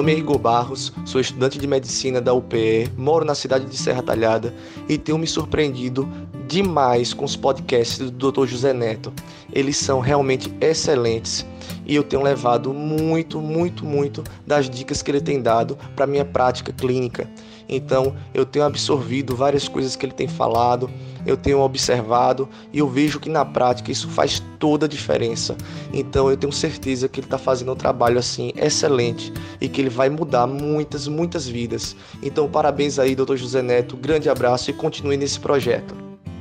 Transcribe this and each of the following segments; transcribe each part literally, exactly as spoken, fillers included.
nome é Igor Barros, sou estudante de medicina da U P E, moro na cidade de Serra Talhada e tenho me surpreendido demais com os podcasts do doutor José Neto. Eles são realmente excelentes e eu tenho levado muito, muito, muito das dicas que ele tem dado para a minha prática clínica. Então, eu tenho absorvido várias coisas que ele tem falado, eu tenho observado e eu vejo que na prática isso faz toda a diferença. Então, eu tenho certeza que ele está fazendo um trabalho assim excelente e que ele vai mudar muitas, muitas vidas. Então, parabéns aí, doutor José Neto, grande abraço e continue nesse projeto.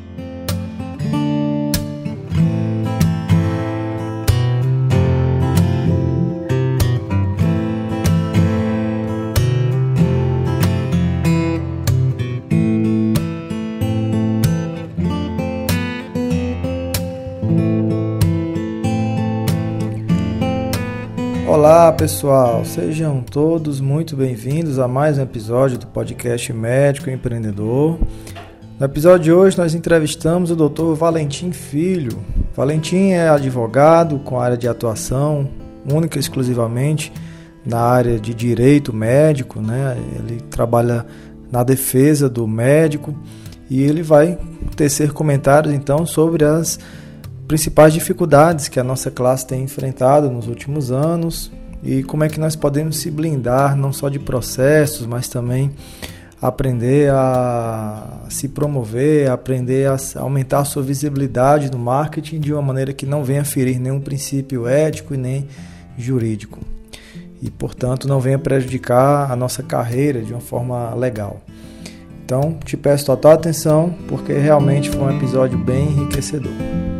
Olá pessoal, sejam todos muito bem-vindos a mais um episódio do podcast Médico Empreendedor. No episódio de hoje nós entrevistamos o doutor Valentim Filho. Valentim é advogado com área de atuação única e exclusivamente na área de direito médico, né? Ele trabalha na defesa do médico e ele vai tecer comentários então sobre as principais dificuldades que a nossa classe tem enfrentado nos últimos anos e como é que nós podemos se blindar não só de processos, mas também aprender a se promover, aprender a aumentar a sua visibilidade no marketing de uma maneira que não venha ferir nenhum princípio ético e nem jurídico e, portanto, não venha prejudicar a nossa carreira de uma forma legal. Então, te peço total atenção porque realmente foi um episódio bem enriquecedor.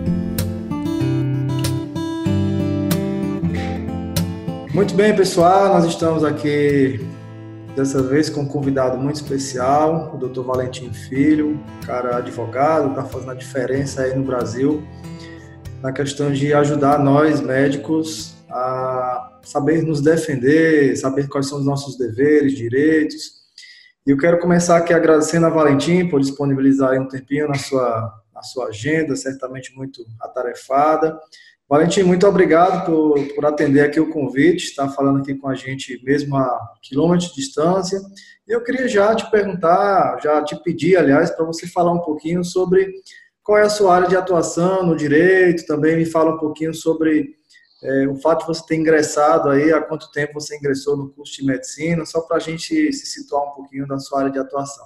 Muito bem, pessoal, nós estamos aqui dessa vez com um convidado muito especial, o doutor Valentim Filho, cara advogado, está fazendo a diferença aí no Brasil na questão de ajudar nós médicos a saber nos defender, saber quais são os nossos deveres, direitos. E eu quero começar aqui agradecendo a Valentim por disponibilizar aí um tempinho na sua, na sua agenda, certamente muito atarefada. Valentim, muito obrigado por, por atender aqui o convite, estar falando aqui com a gente mesmo a quilômetros de distância. E eu queria já te perguntar, já te pedir, aliás, para você falar um pouquinho sobre qual é a sua área de atuação no direito, também me fala um pouquinho sobre é, o fato de você ter ingressado aí, há quanto tempo você ingressou no curso de medicina, só para a gente se situar um pouquinho da sua área de atuação.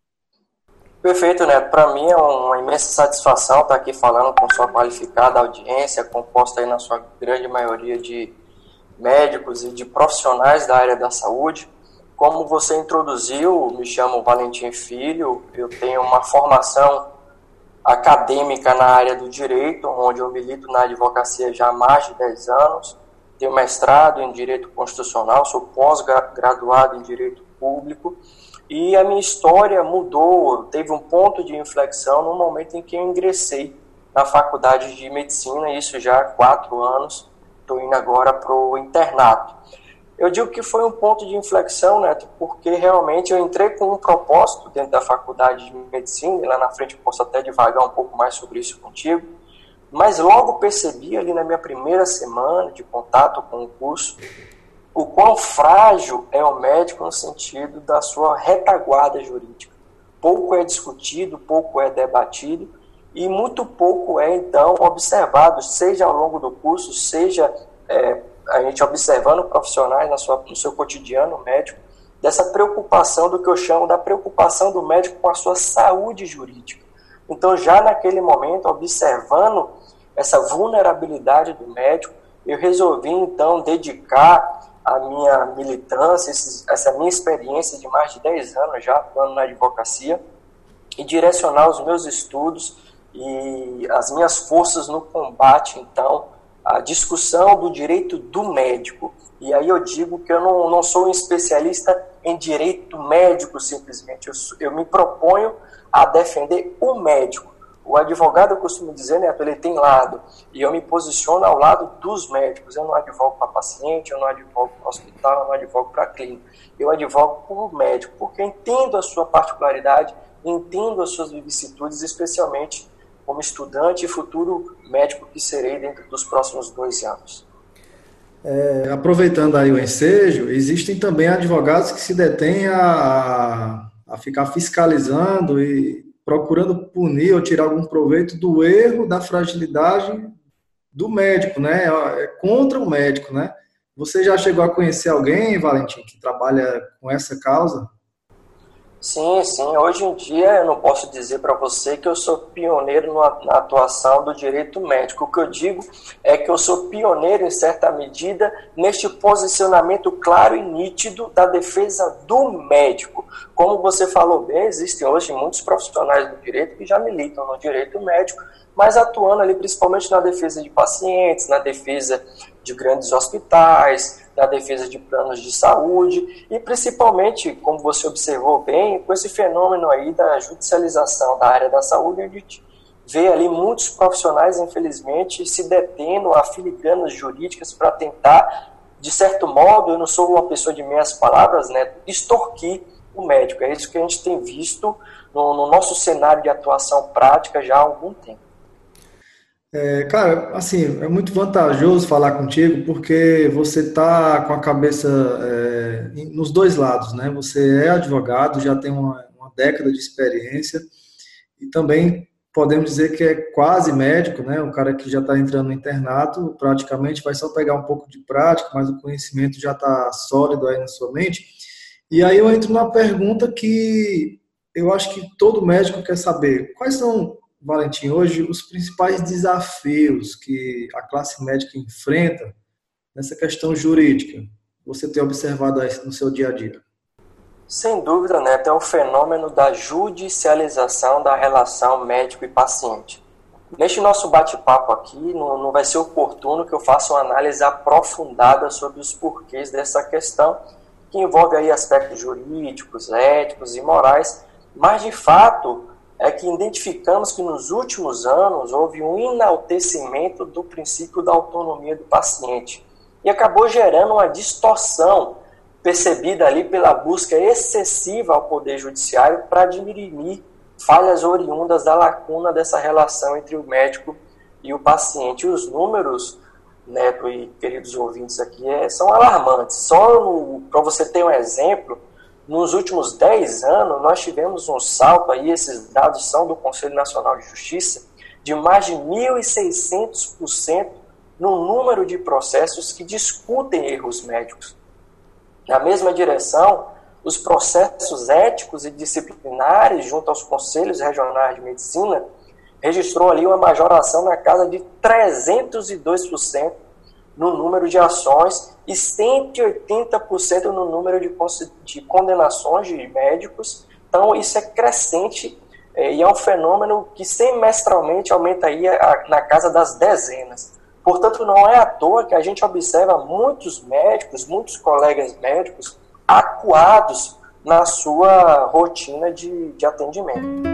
Perfeito, Neto. Para mim é uma imensa satisfação estar aqui falando com sua qualificada audiência, composta aí na sua grande maioria de médicos e de profissionais da área da saúde. Como você introduziu, me chamo Valentim Filho, eu tenho uma formação acadêmica na área do direito, onde eu milito na advocacia já há mais de dez anos, tenho mestrado em direito constitucional, sou pós-graduado em direito público. E a minha história mudou, teve um ponto de inflexão no momento em que eu ingressei na faculdade de medicina, isso já há quatro anos, estou indo agora para o internato. Eu digo que foi um ponto de inflexão, Neto, porque realmente eu entrei com um propósito dentro da faculdade de medicina, e lá na frente eu posso até divagar um pouco mais sobre isso contigo, mas logo percebi ali na minha primeira semana de contato com o curso, o quão frágil é o médico no sentido da sua retaguarda jurídica. Pouco é discutido, pouco é debatido e muito pouco é, então, observado, seja ao longo do curso, seja é, a gente observando profissionais na sua, no seu cotidiano médico, dessa preocupação do que eu chamo da preocupação do médico com a sua saúde jurídica. Então, já naquele momento, observando essa vulnerabilidade do médico, eu resolvi, então, dedicar a minha militância, essa minha experiência de mais de dez anos já atuando na advocacia e direcionar os meus estudos e as minhas forças no combate, então, à discussão do direito do médico. E aí eu digo que eu não, não sou um especialista em direito médico simplesmente, eu, eu me proponho a defender o médico. O advogado, eu costumo dizer, Neto, ele tem lado, e eu me posiciono ao lado dos médicos. Eu não advogo para paciente, eu não advogo para hospital, eu não advogo para clínica. Eu advogo por médico, porque eu entendo a sua particularidade, entendo as suas vicissitudes, especialmente como estudante e futuro médico que serei dentro dos próximos dois anos. É, aproveitando aí o ensejo, existem também advogados que se detêm a, a ficar fiscalizando e procurando punir ou tirar algum proveito do erro, da fragilidade do médico, né? É contra o médico, né? Você já chegou a conhecer alguém, Valentim, que trabalha com essa causa? Sim, sim. Hoje em dia eu não posso dizer para você que eu sou pioneiro na atuação do direito médico. O que eu digo é que eu sou pioneiro, em certa medida, neste posicionamento claro e nítido da defesa do médico. Como você falou bem, existem hoje muitos profissionais do direito que já militam no direito médico, mas atuando ali principalmente na defesa de pacientes, na defesa de grandes hospitais, na defesa de planos de saúde e principalmente, como você observou bem, com esse fenômeno aí da judicialização da área da saúde, a gente vê ali muitos profissionais, infelizmente, se detendo a filigranas jurídicas para tentar, de certo modo, eu não sou uma pessoa de meias palavras, né, extorquir o médico. É isso que a gente tem visto no, no nosso cenário de atuação prática já há algum tempo. É, cara, assim, é muito vantajoso falar contigo porque você tá com a cabeça é, nos dois lados, né? Você é advogado, já tem uma, uma década de experiência e também podemos dizer que é quase médico, né? O cara que já está entrando no internato praticamente vai só pegar um pouco de prática, mas o conhecimento já está sólido aí na sua mente. E aí eu entro numa pergunta que eu acho que todo médico quer saber. Quais são, Valentim, hoje os principais desafios que a classe médica enfrenta nessa questão jurídica? Você tem observado isso no seu dia a dia? Sem dúvida, Neto, é o fenômeno da judicialização da relação médico e paciente. Neste nosso bate-papo aqui, não, não vai ser oportuno que eu faça uma análise aprofundada sobre os porquês dessa questão, que envolve aí aspectos jurídicos, éticos e morais, mas de fato é que identificamos que nos últimos anos houve um enaltecimento do princípio da autonomia do paciente e acabou gerando uma distorção percebida ali pela busca excessiva ao Poder Judiciário para dirimir falhas oriundas da lacuna dessa relação entre o médico e o paciente. E os números, Neto e queridos ouvintes aqui, é, são alarmantes. Só para você ter um exemplo, nos últimos dez anos, nós tivemos um salto, aí esses dados são do Conselho Nacional de Justiça, de mais de mil e seiscentos por cento no número de processos que discutem erros médicos. Na mesma direção, os processos éticos e disciplinares junto aos Conselhos Regionais de Medicina registrou ali uma majoração na casa de trezentos e dois por cento no número de ações e cento e oitenta por cento no número de, de condenações de médicos. Então, isso é crescente é, e é um fenômeno que semestralmente aumenta aí a, na casa das dezenas. Portanto, não é à toa que a gente observa muitos médicos, muitos colegas médicos acuados na sua rotina de, de atendimento.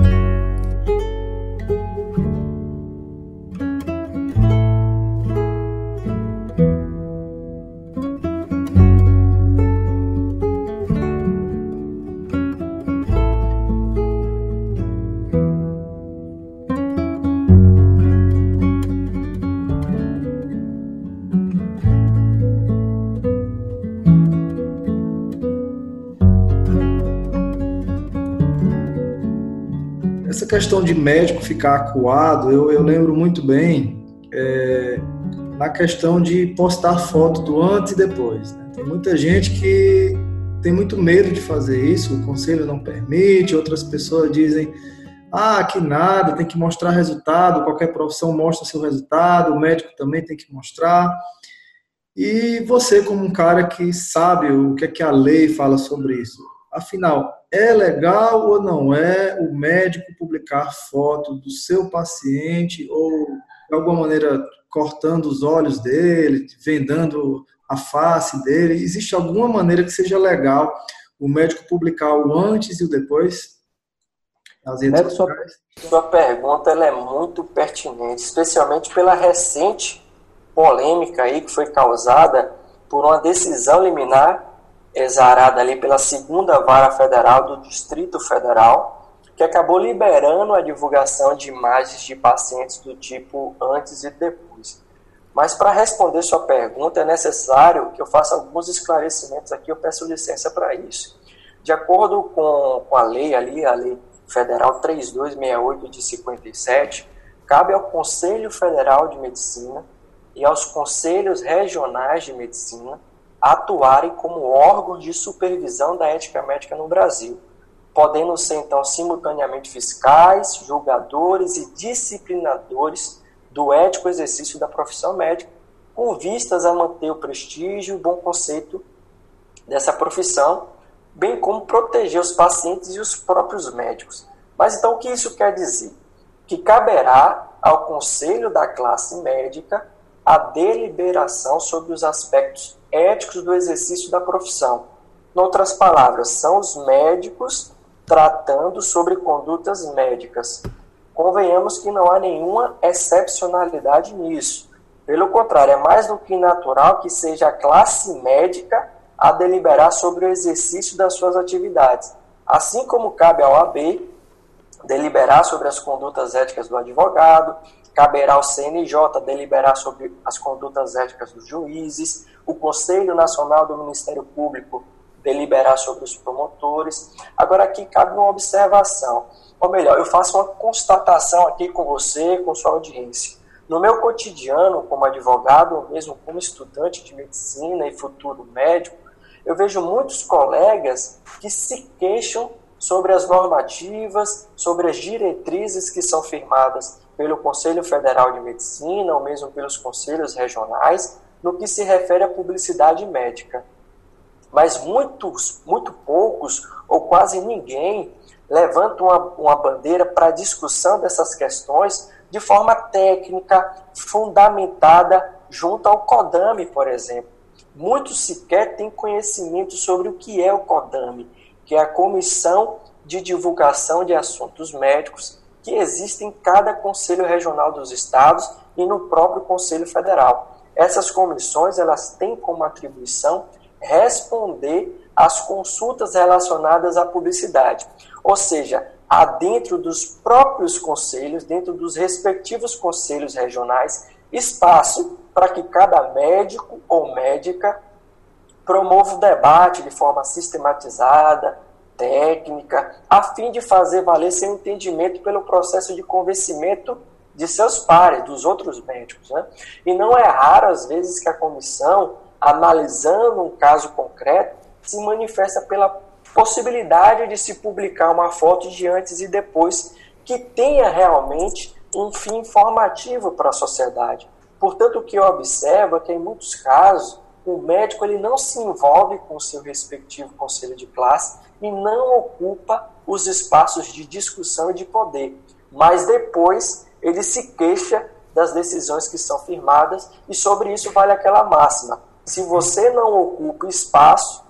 Essa questão de médico ficar acuado, eu, eu lembro muito bem é, na questão de postar foto do antes e depois. Né? Tem muita gente que tem muito medo de fazer isso, o conselho não permite, outras pessoas dizem, ah, que nada, tem que mostrar resultado, qualquer profissão mostra seu resultado, o médico também tem que mostrar. E você, como um cara que sabe o que é que a lei fala sobre isso, afinal, é legal ou não é o médico publicar foto do seu paciente ou, de alguma maneira, cortando os olhos dele, vendando a face dele? Existe alguma maneira que seja legal o médico publicar o antes e o depois nas redes sociais? Sua, sua pergunta ela é muito pertinente, especialmente pela recente polêmica aí que foi causada por uma decisão liminar exarada ali pela segunda vara federal do Distrito Federal, que acabou liberando a divulgação de imagens de pacientes do tipo antes e depois. Mas para responder sua pergunta é necessário que eu faça alguns esclarecimentos aqui, eu peço licença para isso. De acordo com, com a lei ali, a Lei Federal três mil duzentos e sessenta e oito de cinquenta e sete, cabe ao Conselho Federal de Medicina e aos Conselhos Regionais de Medicina atuarem como órgãos de supervisão da ética médica no Brasil, podendo ser, então, simultaneamente fiscais, julgadores e disciplinadores do ético exercício da profissão médica, com vistas a manter o prestígio e o bom conceito dessa profissão, bem como proteger os pacientes e os próprios médicos. Mas então o que isso quer dizer? Que caberá ao Conselho da Classe Médica a deliberação sobre os aspectos éticos do exercício da profissão. Em outras palavras, são os médicos tratando sobre condutas médicas. Convenhamos que não há nenhuma excepcionalidade nisso. Pelo contrário, é mais do que natural que seja a classe médica a deliberar sobre o exercício das suas atividades. Assim como cabe ao A B deliberar sobre as condutas éticas do advogado, caberá ao C N J deliberar sobre as condutas éticas dos juízes, o Conselho Nacional do Ministério Público deliberar sobre os promotores. Agora aqui cabe uma observação. Ou melhor, eu faço uma constatação aqui com você, com sua audiência. No meu cotidiano, como advogado, ou mesmo como estudante de medicina e futuro médico, eu vejo muitos colegas que se queixam sobre as normativas, sobre as diretrizes que são firmadas pelo Conselho Federal de Medicina, ou mesmo pelos conselhos regionais, no que se refere à publicidade médica. Mas muitos, muito poucos, ou quase ninguém, levanta uma, uma bandeira para a discussão dessas questões de forma técnica, fundamentada junto ao CODAME, por exemplo. Muitos sequer têm conhecimento sobre o que é o CODAME, que é a Comissão de Divulgação de Assuntos Médicos, que existe em cada Conselho Regional dos Estados e no próprio Conselho Federal. Essas comissões, elas têm como atribuição responder às consultas relacionadas à publicidade. Ou seja, há dentro dos próprios conselhos, dentro dos respectivos conselhos regionais, espaço para que cada médico ou médica promova o debate de forma sistematizada, técnica, a fim de fazer valer seu entendimento pelo processo de convencimento de seus pares, dos outros médicos, né? E não é raro, às vezes, que a comissão, analisando um caso concreto, se manifesta pela possibilidade de se publicar uma foto de antes e depois que tenha realmente um fim informativo para a sociedade. Portanto, o que eu observo é que, em muitos casos, o médico ele não se envolve com o seu respectivo conselho de classe e não ocupa os espaços de discussão e de poder. Mas depois ele se queixa das decisões que são firmadas e sobre isso vale aquela máxima. Se você não ocupa espaço,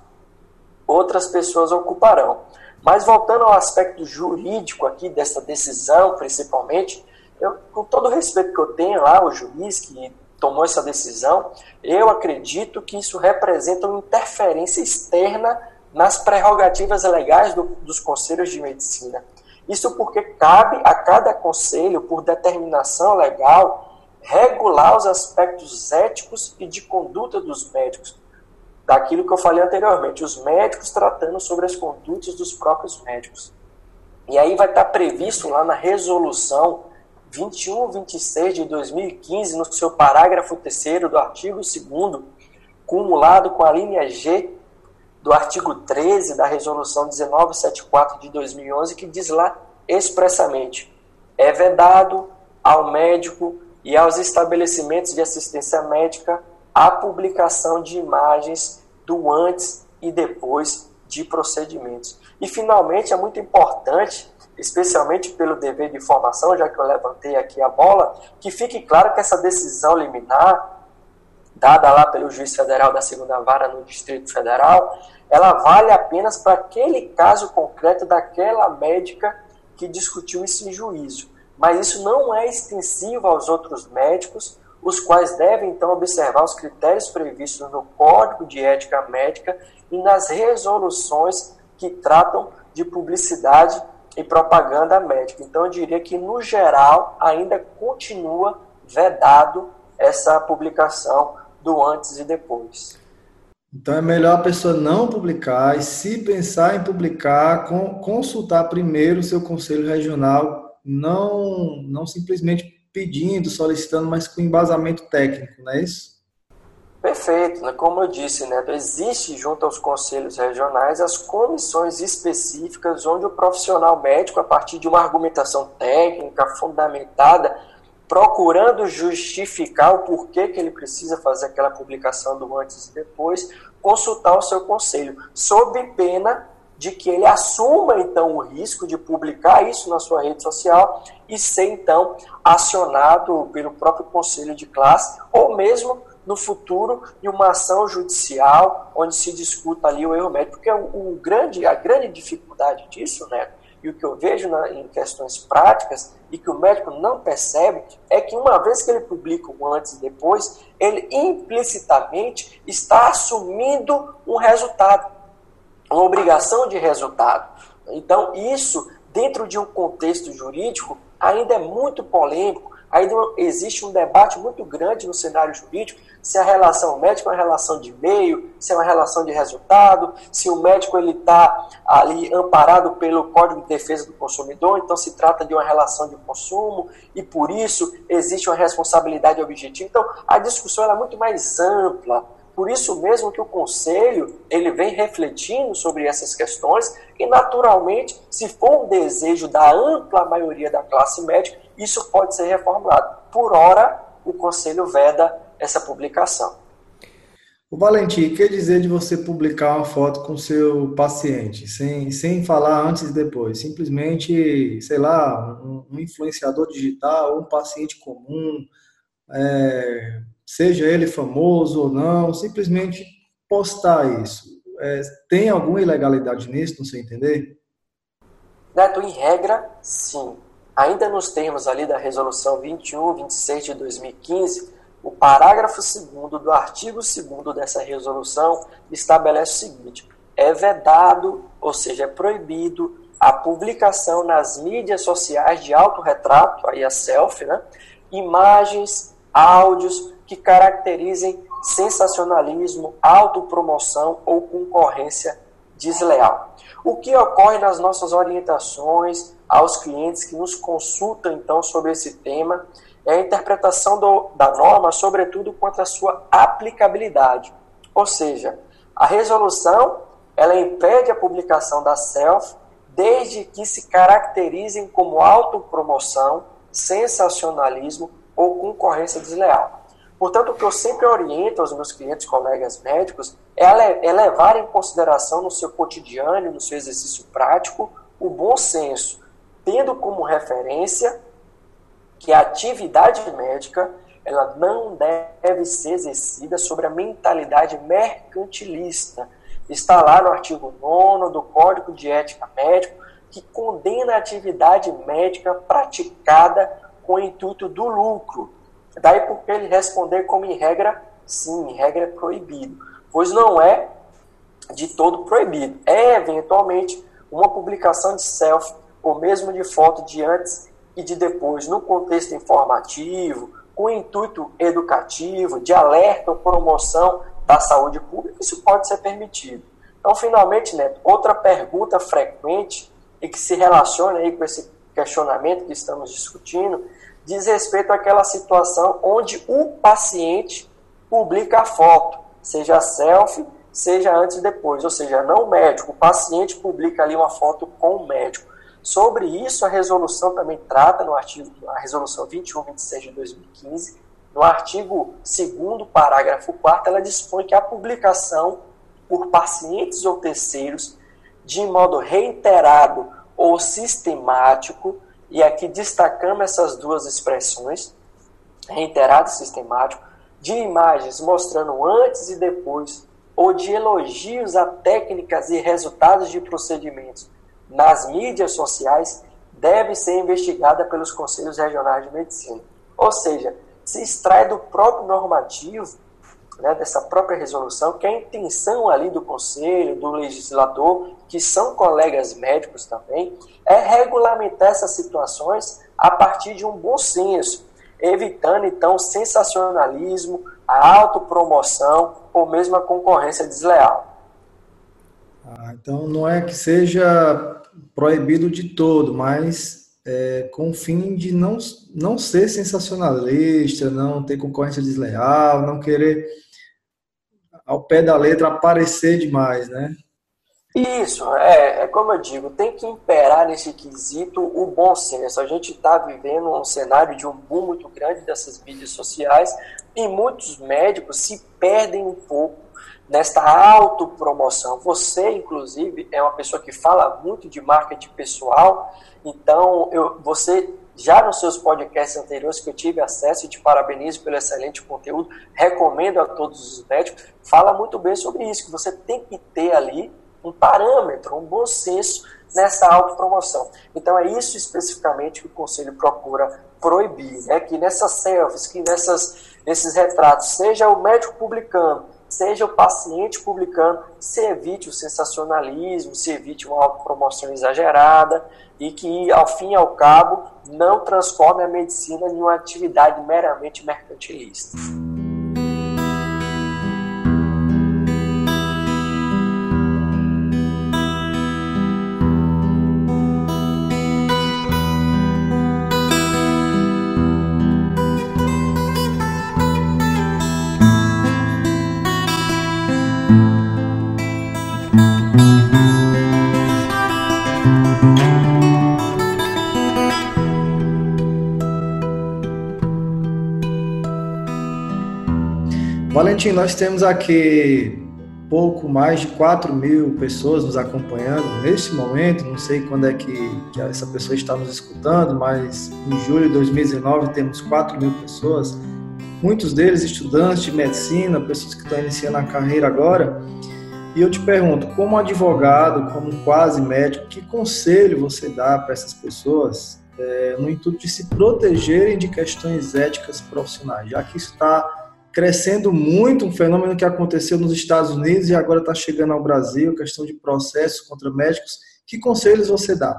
outras pessoas ocuparão. Mas voltando ao aspecto jurídico aqui dessa decisão, principalmente, eu, com todo o respeito que eu tenho lá ao juiz que tomou essa decisão, eu acredito que isso representa uma interferência externa nas prerrogativas legais do, dos conselhos de medicina. Isso porque cabe a cada conselho, por determinação legal, regular os aspectos éticos e de conduta dos médicos, daquilo que eu falei anteriormente, os médicos tratando sobre as condutas dos próprios médicos. E aí vai estar previsto lá na resolução vinte e um vinte e seis de dois mil e quinze, no seu parágrafo terceiro do artigo segundo, cumulado com a linha G do artigo treze da resolução dezenove setenta e quatro de dois mil e onze, que diz lá expressamente: é vedado ao médico e aos estabelecimentos de assistência médica a publicação de imagens do antes e depois de procedimentos. E, finalmente, é muito importante, especialmente pelo dever de informação, já que eu levantei aqui a bola, que fique claro que essa decisão liminar, dada lá pelo juiz federal da segunda vara no Distrito Federal, ela vale apenas para aquele caso concreto daquela médica que discutiu esse juízo. Mas isso não é extensivo aos outros médicos, os quais devem, então, observar os critérios previstos no Código de Ética Médica e nas resoluções que tratam de publicidade e propaganda médica. Então, eu diria que, no geral, ainda continua vedado essa publicação do antes e depois. Então é melhor a pessoa não publicar e, se pensar em publicar, consultar primeiro o seu conselho regional, não, não simplesmente pedindo, solicitando, mas com embasamento técnico, não é isso? Perfeito, né? Como eu disse, né? Existe junto aos conselhos regionais as comissões específicas onde o profissional médico, a partir de uma argumentação técnica fundamentada, procurando justificar o porquê que ele precisa fazer aquela publicação do antes e depois, consultar o seu conselho, sob pena de que ele assuma, então, o risco de publicar isso na sua rede social e ser, então, acionado pelo próprio conselho de classe, ou mesmo, no futuro, em uma ação judicial, onde se discuta ali o erro médico, porque o, o grande, a grande dificuldade disso, né, e o que eu vejo na, em questões práticas, e que o médico não percebe, é que uma vez que ele publica o antes e depois, ele implicitamente está assumindo um resultado, uma obrigação de resultado. Então, isso, dentro de um contexto jurídico, ainda é muito polêmico, ainda existe um debate muito grande no cenário jurídico, se a relação médica é uma relação de meio, se é uma relação de resultado, se o médico está ali amparado pelo Código de Defesa do Consumidor, então se trata de uma relação de consumo e por isso existe uma responsabilidade objetiva. Então a discussão é muito mais ampla, por isso mesmo que o Conselho ele vem refletindo sobre essas questões e naturalmente, se for um desejo da ampla maioria da classe médica, isso pode ser reformulado. Por hora, o Conselho veda essa publicação. O Valentim, quer dizer de você publicar uma foto com o seu paciente, sem, sem falar antes e depois, simplesmente, sei lá, um, um influenciador digital, um paciente comum, é, seja ele famoso ou não, simplesmente postar isso. É, tem alguma ilegalidade nisso, no seu entender? Neto, em regra, sim. Ainda nos termos ali da Resolução vinte e um, vinte e seis de dois mil e quinze, o parágrafo segundo do artigo segundo dessa resolução estabelece o seguinte: é vedado, ou seja, é proibido a publicação nas mídias sociais de autorretrato, aí a selfie, né, imagens, áudios que caracterizem sensacionalismo, autopromoção ou concorrência desleal. O que ocorre nas nossas orientações aos clientes que nos consultam, então, sobre esse tema, é a interpretação do, da norma, sobretudo quanto à sua aplicabilidade. Ou seja, a resolução ela impede a publicação da selfie desde que se caracterizem como autopromoção, sensacionalismo ou concorrência desleal. Portanto, o que eu sempre oriento aos meus clientes, colegas médicos, é levar em consideração no seu cotidiano, no seu exercício prático, o bom senso, tendo como referência que a atividade médica ela não deve ser exercida sobre a mentalidade mercantilista. Está lá no artigo nono do Código de Ética Médico, que condena a atividade médica praticada com o intuito do lucro. Daí porque ele responder como em regra, sim, em regra é proibido, pois não é de todo proibido. É, eventualmente, uma publicação de selfie ou mesmo de foto de antes e de depois, no contexto informativo, com intuito educativo, de alerta ou promoção da saúde pública, isso pode ser permitido. Então, finalmente, Neto, outra pergunta frequente e que se relaciona aí com esse questionamento que estamos discutindo, diz respeito àquela situação onde o paciente publica a foto, seja a selfie, seja antes e depois, ou seja, não o médico, o paciente publica ali uma foto com o médico. Sobre isso, a resolução também trata, no artigo, a resolução vinte e um, vinte e seis de dois mil e quinze, no artigo segundo, parágrafo quarto, ela dispõe que a publicação por pacientes ou terceiros, de modo reiterado ou sistemático, e aqui destacamos essas duas expressões, reiterado e sistemático, de imagens mostrando antes e depois, ou de elogios a técnicas e resultados de procedimentos nas mídias sociais, deve ser investigada pelos Conselhos Regionais de Medicina. Ou seja, se extrai do próprio normativo, né, dessa própria resolução, que a intenção ali do Conselho, do legislador, que são colegas médicos também, é regulamentar essas situações a partir de um bom senso. evitando então o sensacionalismo, a autopromoção ou mesmo a concorrência desleal. Ah, então não é que seja proibido de todo, mas é, com o fim de não, não ser sensacionalista, não ter concorrência desleal, não querer ao pé da letra aparecer demais, né? Isso, é, é como eu digo, tem que imperar nesse quesito o bom senso. A gente está vivendo um cenário de um boom muito grande dessas mídias sociais e muitos médicos se perdem um pouco nesta autopromoção. Você, inclusive, é uma pessoa que fala muito de marketing pessoal, então eu, você já nos seus podcasts anteriores que eu tive acesso e te parabenizo pelo excelente conteúdo, recomendo a todos os médicos, fala muito bem sobre isso, que você tem que ter ali um parâmetro, um bom senso nessa autopromoção. Então é isso especificamente que o Conselho procura proibir, né? Que nessas selfies, que nessas, nesses retratos, seja o médico publicando, seja o paciente publicando, se evite o sensacionalismo, se evite uma autopromoção exagerada e que, ao fim e ao cabo, não transforme a medicina em uma atividade meramente mercantilista. Valentim, nós temos aqui pouco mais de quatro mil pessoas nos acompanhando neste momento. Não sei quando é que, que essa pessoa está nos escutando, mas em julho de dois mil e dezenove temos quatro mil pessoas, muitos deles estudantes de medicina, pessoas que estão iniciando a carreira agora. E eu te pergunto, como advogado, como quase médico, que conselho você dá para essas pessoas é, no intuito de se protegerem de questões éticas profissionais, já que isso está crescendo muito, um fenômeno que aconteceu nos Estados Unidos e agora está chegando ao Brasil, questão de processos contra médicos. Que conselhos você dá?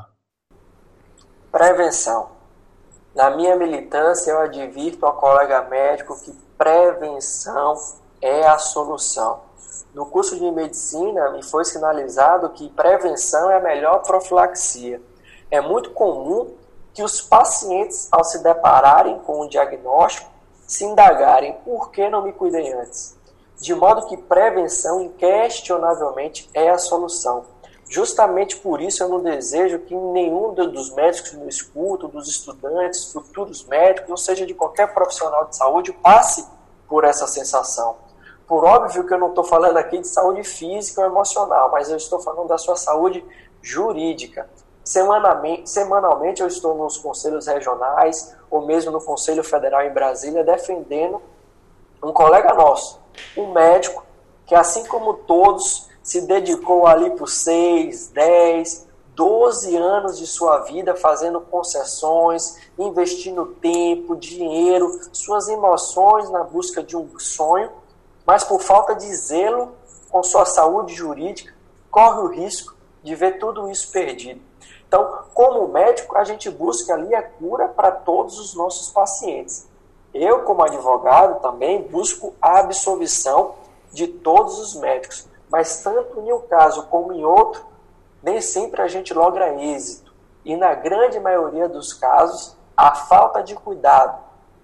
Prevenção. Na minha militância, eu advirto ao colega médico que prevenção é a solução. No curso de medicina, me foi sinalizado que prevenção é a melhor profilaxia. É muito comum que os pacientes, ao se depararem com um diagnóstico, se indagarem por que não me cuidei antes. De modo que prevenção, inquestionavelmente, é a solução. Justamente por isso eu não desejo que nenhum dos médicos que me escutam, dos estudantes, futuros médicos, ou seja, de qualquer profissional de saúde, passe por essa sensação. Por óbvio que eu não estou falando aqui de saúde física ou emocional, mas eu estou falando da sua saúde jurídica. Semanalmente, semanalmente eu estou nos conselhos regionais ou mesmo no Conselho Federal em Brasília defendendo um colega nosso, um médico que, assim como todos, se dedicou ali por seis, dez, doze anos de sua vida fazendo concessões, investindo tempo, dinheiro, suas emoções na busca de um sonho, mas por falta de zelo com sua saúde jurídica, corre o risco de ver tudo isso perdido. Então, como médico, a gente busca ali a cura para todos os nossos pacientes. Eu, como advogado, também busco a absolvição de todos os médicos. Mas tanto em um caso como em outro, nem sempre a gente logra êxito. E na grande maioria dos casos, a falta de cuidado,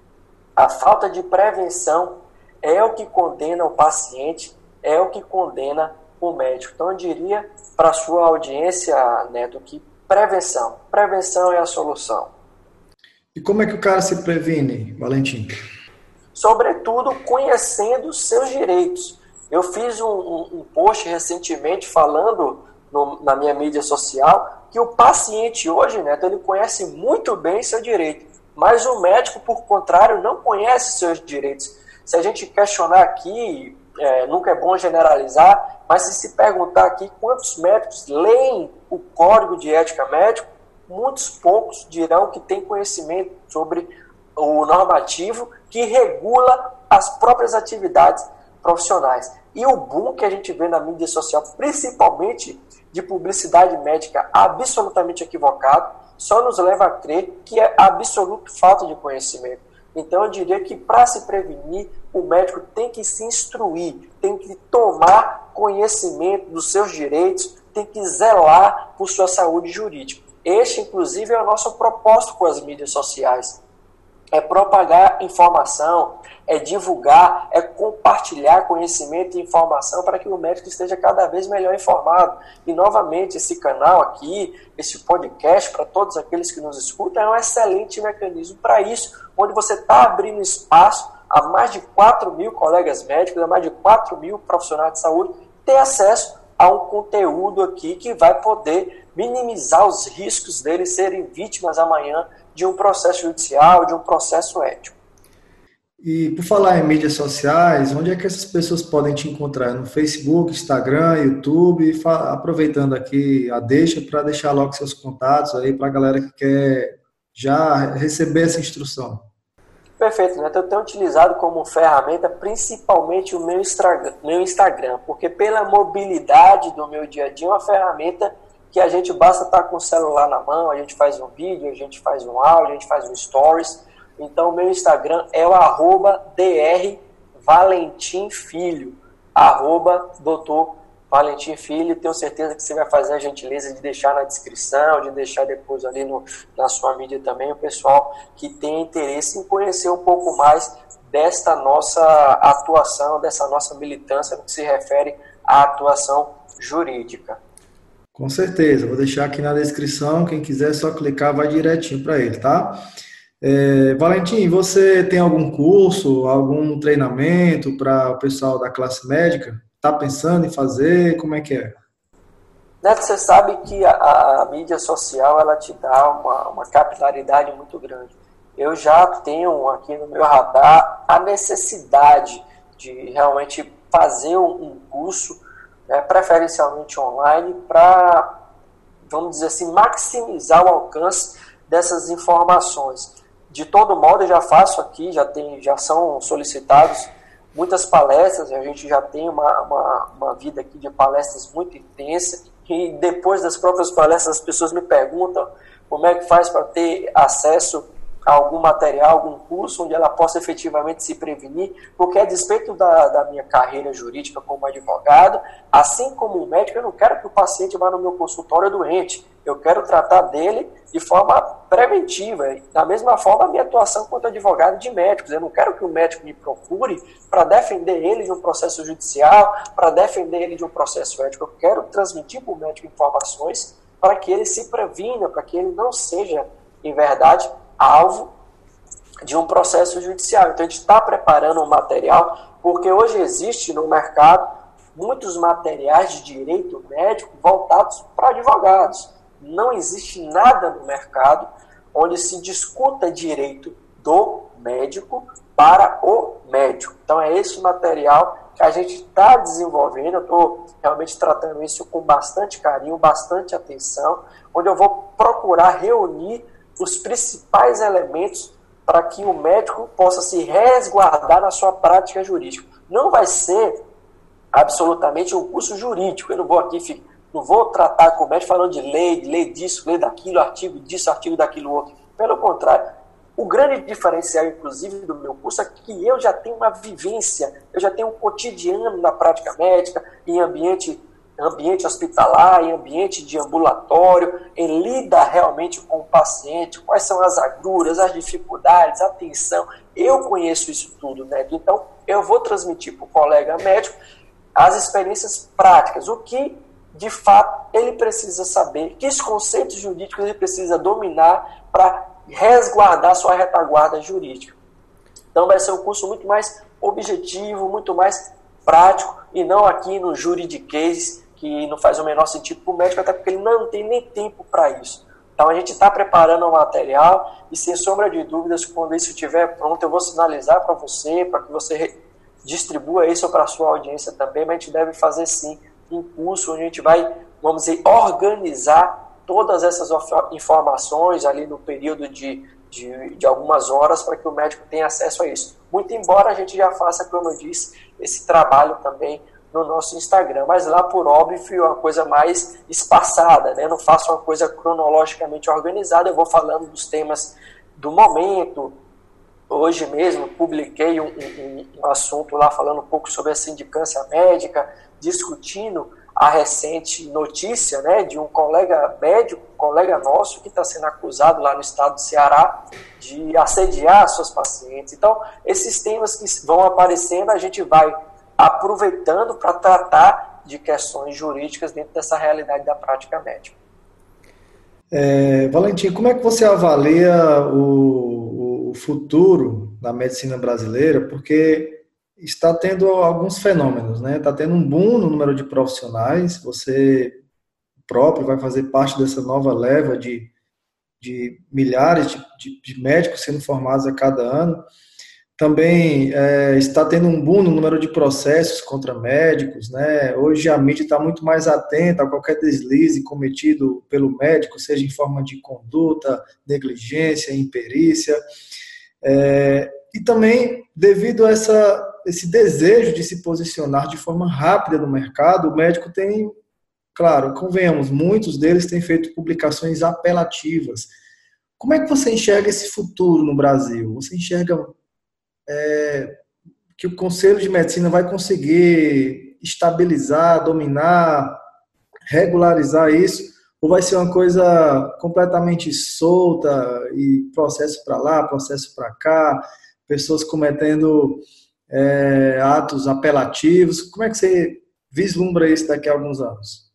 a falta de prevenção é o que condena o paciente, é o que condena o médico. Então, eu diria para a sua audiência, Neto, que prevenção. Prevenção é a solução. E como é que o cara se previne, Valentim? Sobretudo, conhecendo os seus direitos. Eu fiz um, um, um post recentemente falando no, na minha mídia social que o paciente hoje, Neto, ele conhece muito bem seu direito, mas o médico, por contrário, não conhece seus direitos. Se a gente questionar aqui, é, nunca é bom generalizar, mas se se perguntar aqui quantos médicos leem o Código de Ética Médico, muitos poucos dirão que têm conhecimento sobre o normativo que regula as próprias atividades profissionais. E o boom que a gente vê na mídia social, principalmente de publicidade médica absolutamente equivocado, só nos leva a crer que é absoluta falta de conhecimento. Então eu diria que para se prevenir, o médico tem que se instruir, tem que tomar conhecimento dos seus direitos, tem que zelar por sua saúde jurídica. Este, inclusive, é o nosso propósito com as mídias sociais. É propagar informação, é divulgar, é compartilhar conhecimento e informação para que o médico esteja cada vez melhor informado. E, novamente, esse canal aqui, esse podcast, para todos aqueles que nos escutam, é um excelente mecanismo para isso, onde você está abrindo espaço a mais de quatro mil colegas médicos, a mais de quatro mil profissionais de saúde, ter acesso a um conteúdo aqui que vai poder minimizar os riscos deles serem vítimas amanhã de um processo judicial, de um processo ético. E por falar em mídias sociais, onde é que essas pessoas podem te encontrar? No Facebook, Instagram, YouTube? Aproveitando aqui a deixa para deixar logo seus contatos aí para a galera que quer já receber essa instrução. Perfeito, né? Eu tenho utilizado como ferramenta principalmente o meu Instagram, porque pela mobilidade do meu dia a dia é uma ferramenta que a gente basta estar com o celular na mão, a gente faz um vídeo, a gente faz um áudio, a gente faz um stories. Então o meu Instagram é o arroba Dr Valentim Filho, arroba doutor Valentim Filho. Tenho certeza que você vai fazer a gentileza de deixar na descrição, de deixar depois ali no, na sua mídia também, o pessoal que tem interesse em conhecer um pouco mais desta nossa atuação, dessa nossa militância no que se refere à atuação jurídica. Com certeza, vou deixar aqui na descrição, quem quiser só clicar, vai direitinho para ele, tá? É, Valentim, você tem algum curso, algum treinamento para o pessoal da classe médica? Está pensando em fazer? Como é que é? Neto, você sabe que a, a mídia social ela te dá uma, uma capilaridade muito grande. Eu já tenho aqui no meu radar a necessidade de realmente fazer um curso, né, preferencialmente online, para, vamos dizer assim, maximizar o alcance dessas informações. De todo modo, eu já faço aqui, já, tem, já são solicitados muitas palestras, a gente já tem uma, uma, uma vida aqui de palestras muito intensa, e depois das próprias palestras as pessoas me perguntam como é que faz para ter acesso a algum material, algum curso onde ela possa efetivamente se prevenir, porque a despeito da, da minha carreira jurídica como advogado, assim como médico, eu não quero que o paciente vá no meu consultório doente, eu quero tratar dele de forma preventiva, da mesma forma a minha atuação quanto advogado de médicos, eu não quero que o médico me procure para defender ele de um processo judicial, para defender ele de um processo ético, eu quero transmitir para o médico informações para que ele se previna, para que ele não seja, em verdade, alvo de um processo judicial. Então a gente está preparando um material, porque hoje existe no mercado muitos materiais de direito médico voltados para advogados. Não existe nada no mercado onde se discuta direito do médico para o médico. Então é esse material que a gente está desenvolvendo, eu estou realmente tratando isso com bastante carinho, bastante atenção, onde eu vou procurar reunir os principais elementos para que o médico possa se resguardar na sua prática jurídica. Não vai ser absolutamente um curso jurídico, eu não vou aqui, não vou tratar com o médico falando de lei, de lei disso, lei daquilo, artigo disso, artigo daquilo outro. Pelo contrário, o grande diferencial, inclusive, do meu curso é que eu já tenho uma vivência, eu já tenho um cotidiano na prática médica, em ambiente ambiente hospitalar, em ambiente de ambulatório, em lida realmente com o paciente, quais são as agruras, as dificuldades, a tensão. Eu conheço isso tudo, né? Então, eu vou transmitir para o colega médico as experiências práticas, o que, de fato, ele precisa saber, que os conceitos jurídicos ele precisa dominar para resguardar sua retaguarda jurídica. Então, vai ser um curso muito mais objetivo, muito mais prático, e não aqui no juridiquês, que não faz o menor sentido para o médico, até porque ele não tem nem tempo para isso. Então a gente está preparando o material e, sem sombra de dúvidas, quando isso estiver pronto, eu vou sinalizar para você, para que você distribua isso para a sua audiência também, mas a gente deve fazer sim um curso onde a gente vai, vamos dizer, organizar todas essas informações ali no período de, de, de algumas horas para que o médico tenha acesso a isso. Muito embora a gente já faça, como eu disse, esse trabalho também no nosso Instagram, mas lá por óbvio é uma coisa mais espaçada, né? Eu não faço uma coisa cronologicamente organizada, eu vou falando dos temas do momento, Hoje mesmo publiquei um, um, um assunto lá falando um pouco sobre a sindicância médica, discutindo a recente notícia, né, de um colega médico, um colega nosso, que está sendo acusado lá no estado do Ceará de assediar suas pacientes. Então, esses temas que vão aparecendo, a gente vai aproveitando para tratar de questões jurídicas dentro dessa realidade da prática médica. É, Valentim, como é que você avalia o, o futuro da medicina brasileira? Porque está tendo alguns fenômenos, né? Está tendo um boom no número de profissionais. Você próprio vai fazer parte dessa nova leva de, de milhares de, de, de médicos sendo formados a cada ano. Também é, está tendo um boom no número de processos contra médicos, né? Hoje a mídia está muito mais atenta a qualquer deslize cometido pelo médico, seja em forma de conduta, negligência, imperícia. É, e também, devido a essa, esse desejo de se posicionar de forma rápida no mercado, o médico tem, claro, convenhamos, muitos deles têm feito publicações apelativas. Como é que você enxerga esse futuro no Brasil? Você enxerga É, que o Conselho de Medicina vai conseguir estabilizar, dominar, regularizar isso, ou vai ser uma coisa completamente solta e processo para lá, processo para cá, pessoas cometendo é, atos apelativos? Como é que você vislumbra isso daqui a alguns anos?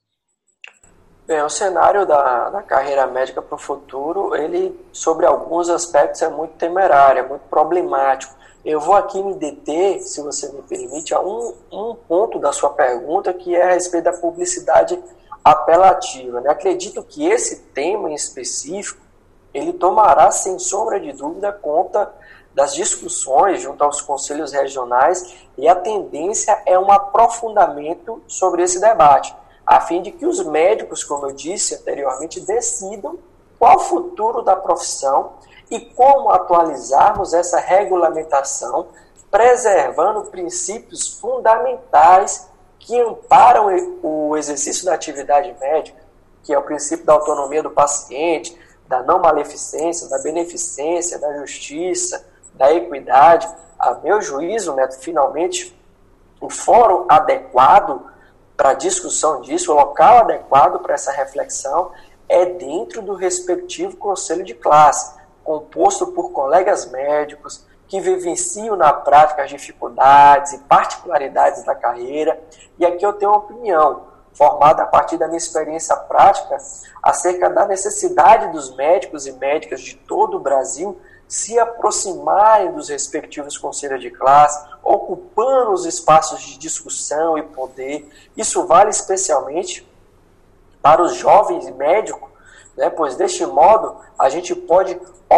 Bem, o cenário da, da carreira médica para o futuro, ele, sobre alguns aspectos, é muito temerário, é muito problemático. Eu vou aqui me deter, se você me permite, a um, um ponto da sua pergunta, que é a respeito da publicidade apelativa, né? Acredito que esse tema em específico, ele tomará, sem sombra de dúvida, conta das discussões junto aos conselhos regionais, e a tendência é um aprofundamento sobre esse debate, a fim de que os médicos, como eu disse anteriormente, decidam qual o futuro da profissão e como atualizarmos essa regulamentação, preservando princípios fundamentais que amparam o exercício da atividade médica, que é o princípio da autonomia do paciente, da não maleficência, da beneficência, da justiça, da equidade. A meu juízo, Neto, finalmente, o fórum adequado para a discussão disso, o local adequado para essa reflexão, é dentro do respectivo conselho de classe, composto por colegas médicos que vivenciam na prática as dificuldades e particularidades da carreira. E aqui eu tenho uma opinião, formada a partir da minha experiência prática, acerca da necessidade dos médicos e médicas de todo o Brasil se aproximarem dos respectivos conselhos de classe, ocupando os espaços de discussão e poder. Isso vale especialmente para os jovens médicos, né? Pois deste modo a gente pode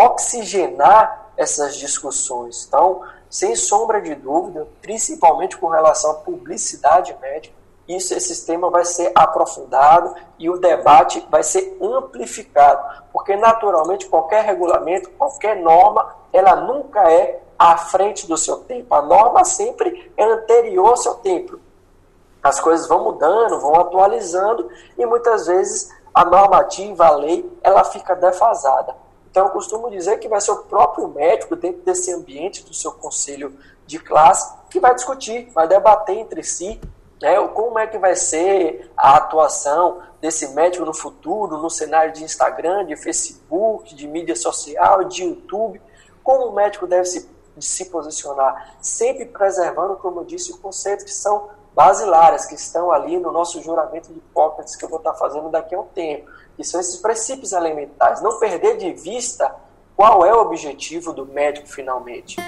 oxigenar essas discussões. Então, sem sombra de dúvida, principalmente com relação à publicidade médica, isso, esse tema vai ser aprofundado e o debate vai ser amplificado, porque naturalmente qualquer regulamento, qualquer norma, ela nunca é à frente do seu tempo. A norma sempre é anterior ao seu tempo. As coisas vão mudando, vão atualizando e muitas vezes a normativa, a lei, ela fica defasada. Então eu costumo dizer que vai ser o próprio médico dentro desse ambiente do seu conselho de classe que vai discutir, vai debater entre si, né, como é que vai ser a atuação desse médico no futuro, no cenário de Instagram, de Facebook, de mídia social, de YouTube, como o médico deve se, se posicionar, sempre preservando, como eu disse, conceitos que são basilares, que estão ali no nosso juramento de Hipócrates, que eu vou estar fazendo daqui a um tempo, que são esses princípios elementares, não perder de vista qual é o objetivo do médico finalmente.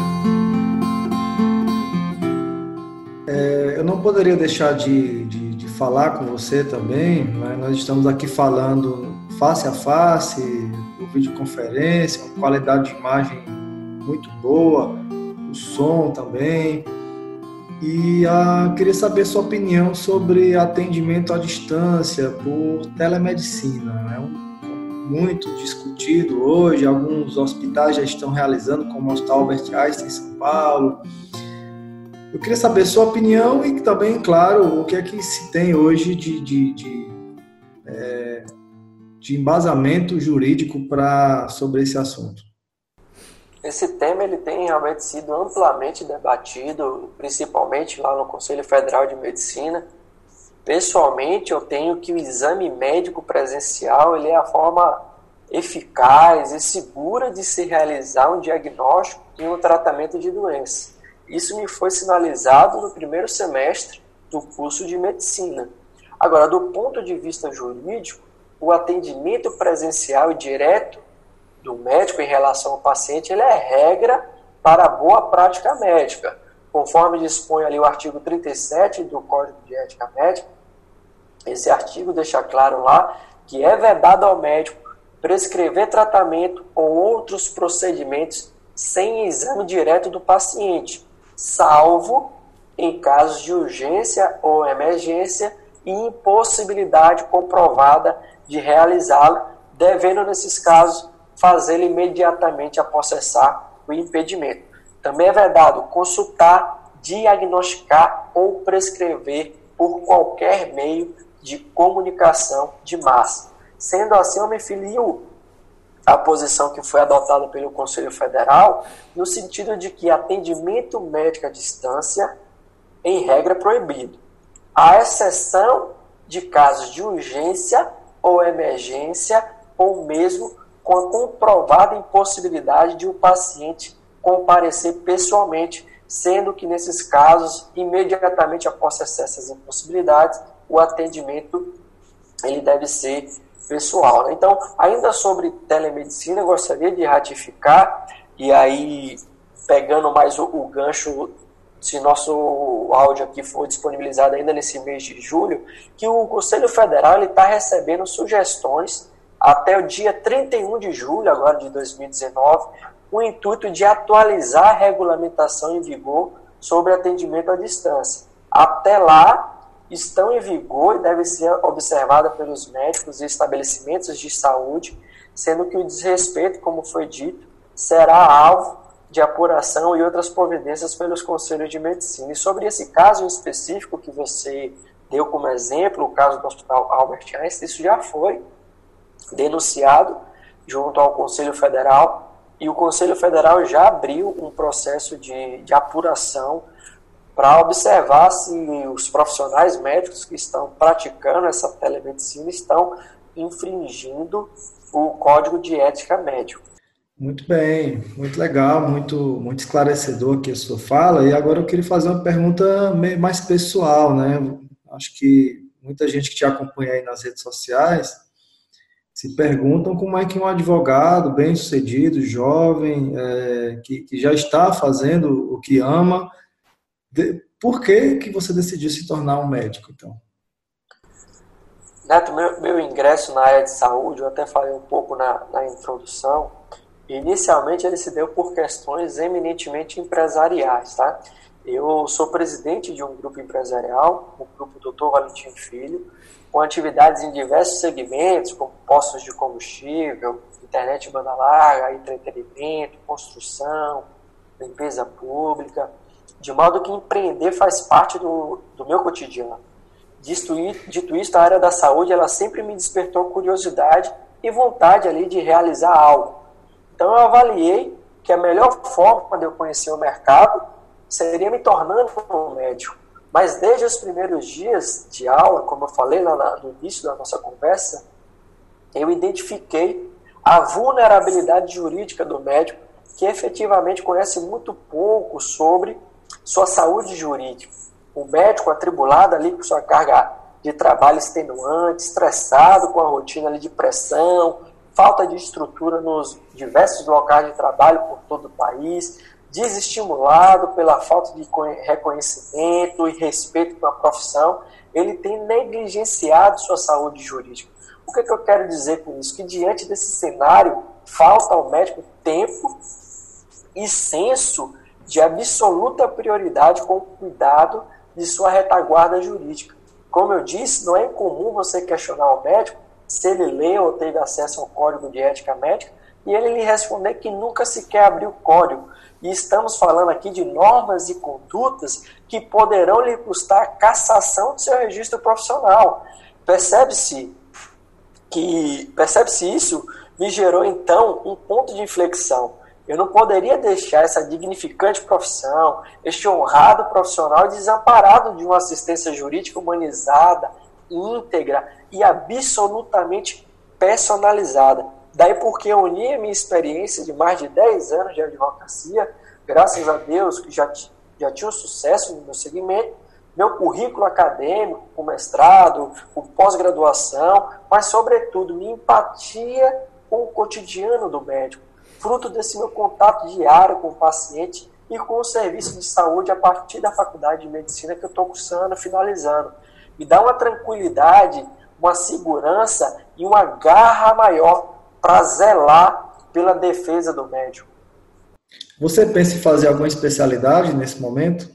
Poderia deixar de, de, de falar com você também, né? Nós estamos aqui falando face a face, por videoconferência, uma qualidade de imagem muito boa, o som também. E ah, queria saber sua opinião sobre atendimento à distância por telemedicina. É um, muito discutido hoje, alguns hospitais já estão realizando, como o Hospital Albert Einstein em São Paulo. Eu queria saber sua opinião e também, claro, o que é que se tem hoje de, de, de, é, de embasamento jurídico pra, sobre esse assunto. Esse tema ele tem realmente sido amplamente debatido, principalmente lá no Conselho Federal de Medicina. Pessoalmente, eu tenho que o exame médico presencial ele é a forma eficaz e segura de se realizar um diagnóstico e um tratamento de doença. Isso me foi sinalizado no primeiro semestre do curso de medicina. Agora, do ponto de vista jurídico, o atendimento presencial e direto do médico em relação ao paciente, ele é regra para a boa prática médica. Conforme dispõe ali o artigo trinta e sete do Código de Ética Médica, esse artigo deixa claro lá que é vedado ao médico prescrever tratamento ou outros procedimentos sem exame direto do paciente, salvo em casos de urgência ou emergência e impossibilidade comprovada de realizá-lo, devendo, nesses casos, fazê-lo imediatamente após cessar o impedimento. Também é vedado consultar, diagnosticar ou prescrever por qualquer meio de comunicação de massa. Sendo assim, eu me filio à posição que foi adotada pelo Conselho Federal, no sentido de que atendimento médico à distância, em regra, é proibido, à exceção de casos de urgência ou emergência, ou mesmo com a comprovada impossibilidade de o paciente comparecer pessoalmente, sendo que nesses casos, imediatamente após cessar essas impossibilidades, o atendimento ele deve ser pessoal. Né? Então, ainda sobre telemedicina, eu gostaria de ratificar, e aí, pegando mais o, o gancho, se nosso áudio aqui for disponibilizado ainda nesse mês de julho, que o Conselho Federal está recebendo sugestões até o dia trinta e um de julho agora de dois mil e dezenove, com o intuito de atualizar a regulamentação em vigor sobre atendimento à distância. Até lá, estão em vigor e devem ser observadas pelos médicos e estabelecimentos de saúde, sendo que o desrespeito, como foi dito, será alvo de apuração e outras providências pelos conselhos de medicina. E sobre esse caso em específico que você deu como exemplo, o caso do Hospital Albert Einstein, isso já foi denunciado junto ao Conselho Federal, e o Conselho Federal já abriu um processo de, de apuração para observar se os profissionais médicos que estão praticando essa telemedicina estão infringindo o Código de Ética Médica. Muito bem, muito legal, muito, muito esclarecedor aqui a sua fala. E agora eu queria fazer uma pergunta mais pessoal, né? Acho que muita gente que te acompanha aí nas redes sociais se perguntam como é que um advogado bem-sucedido, jovem, é, que, que já está fazendo o que ama, de, por que, que você decidiu se tornar um médico, então? Neto, meu, meu ingresso na área de saúde, eu até falei um pouco na, na introdução, inicialmente ele se deu por questões eminentemente empresariais, tá? Eu sou presidente de um grupo empresarial, o grupo doutor Valentim Filho, com atividades em diversos segmentos, como postos de combustível, internet banda larga, entretenimento, construção, limpeza pública, de modo que empreender faz parte do, do meu cotidiano. Dito, dito isso, a área da saúde ela sempre me despertou curiosidade e vontade ali de realizar algo. Então eu avaliei que a melhor forma de eu conhecer o mercado seria me tornando um médico. Mas desde os primeiros dias de aula, como eu falei lá no início da nossa conversa, eu identifiquei a vulnerabilidade jurídica do médico, que efetivamente conhece muito pouco sobre sua saúde jurídica. O médico atribulado ali com sua carga de trabalho extenuante, estressado com a rotina ali de pressão, falta de estrutura nos diversos locais de trabalho por todo o país, desestimulado pela falta de reconhecimento e respeito pela profissão, ele tem negligenciado sua saúde jurídica. O que, é que eu quero dizer com isso? Que diante desse cenário, falta ao médico tempo e senso de absoluta prioridade com o cuidado de sua retaguarda jurídica. Como eu disse, não é incomum você questionar o médico se ele leu ou teve acesso ao Código de Ética Médica e ele lhe responder que nunca sequer abriu o código. E estamos falando aqui de normas e condutas que poderão lhe custar a cassação do seu registro profissional. Percebe-se que percebe-se isso me gerou então um ponto de inflexão. Eu não poderia deixar essa dignificante profissão, este honrado profissional desamparado de uma assistência jurídica humanizada, íntegra e absolutamente personalizada. Daí porque eu uni a minha experiência de mais de dez anos de advocacia, graças a Deus que já, já tinha um sucesso no meu segmento, meu currículo acadêmico, com mestrado, com pós-graduação, mas sobretudo minha empatia com o cotidiano do médico, fruto desse meu contato diário com o paciente e com o serviço de saúde a partir da faculdade de medicina que eu estou cursando, finalizando. Me dá uma tranquilidade, uma segurança e uma garra maior para zelar pela defesa do médico. Você pensa em fazer alguma especialidade nesse momento?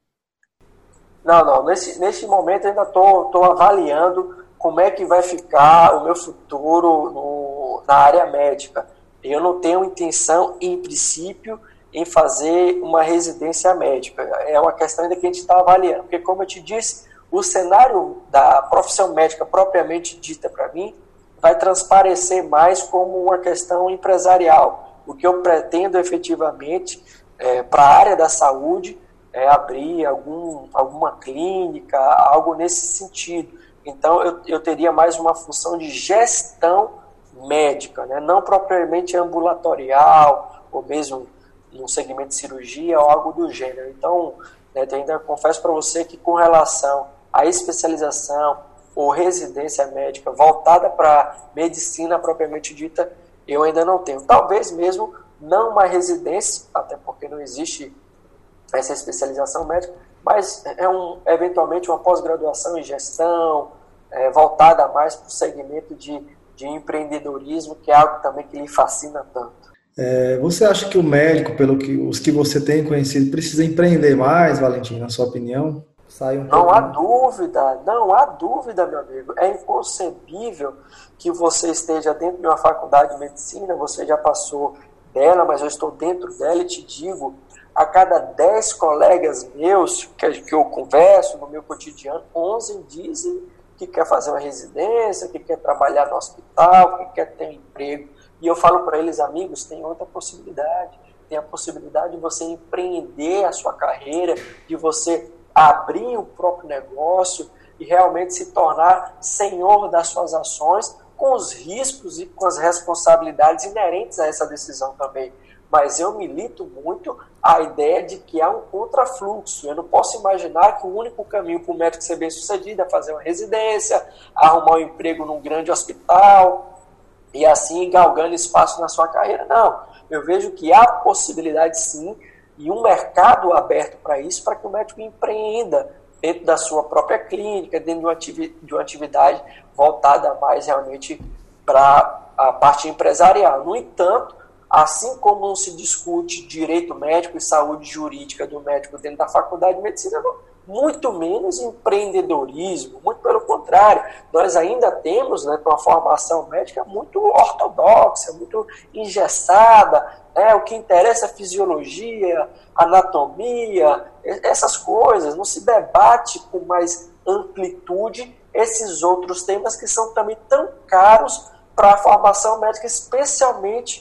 Não, não. Nesse, nesse momento eu ainda estou avaliando como é que vai ficar o meu futuro no, na área médica. Eu não tenho intenção, em princípio, em fazer uma residência médica. É uma questão ainda que a gente está avaliando. Porque, como eu te disse, o cenário da profissão médica propriamente dita para mim vai transparecer mais como uma questão empresarial. O que eu pretendo efetivamente é, para a área da saúde é abrir algum, alguma clínica, algo nesse sentido. Então, eu, eu teria mais uma função de gestão médica, né? Não propriamente ambulatorial, ou mesmo no segmento de cirurgia, ou algo do gênero. Então, né, eu ainda confesso para você que com relação à especialização ou residência médica voltada para medicina propriamente dita, eu ainda não tenho. Talvez mesmo não uma residência, até porque não existe essa especialização médica, mas é um, eventualmente uma pós-graduação em gestão, é, voltada mais para o segmento de, de empreendedorismo, que é algo também que lhe fascina tanto. É, você acha que o médico, pelo que os que você tem conhecido, precisa empreender mais, Valentim, na sua opinião? Sai um não pouco... há dúvida, não há dúvida, meu amigo. É inconcebível que você esteja dentro de uma faculdade de medicina, você já passou dela, mas eu estou dentro dela e te digo, a cada dez colegas meus que, que eu converso no meu cotidiano, onze dizem que quer fazer uma residência, que quer trabalhar no hospital, que quer ter um emprego. E eu falo para eles, amigos, tem outra possibilidade. Tem a possibilidade de você empreender a sua carreira, de você abrir o próprio negócio e realmente se tornar senhor das suas ações, com os riscos e com as responsabilidades inerentes a essa decisão também. Mas eu milito muito a ideia de que há um contrafluxo. Eu não posso imaginar que o único caminho para o médico ser bem sucedido é fazer uma residência, arrumar um emprego num grande hospital e assim galgando espaço na sua carreira. Não, eu vejo que há possibilidade sim e um mercado aberto para isso, para que o médico empreenda dentro da sua própria clínica, dentro de uma, ativi- de uma atividade voltada mais realmente para a parte empresarial. No entanto, assim como não se discute direito médico e saúde jurídica do médico dentro da faculdade de medicina, muito menos empreendedorismo, muito pelo contrário. Nós ainda temos, né, uma formação médica muito ortodoxa, muito engessada, né, o que interessa é fisiologia, anatomia, essas coisas. Não se debate com mais amplitude esses outros temas que são também tão caros para a formação médica, especialmente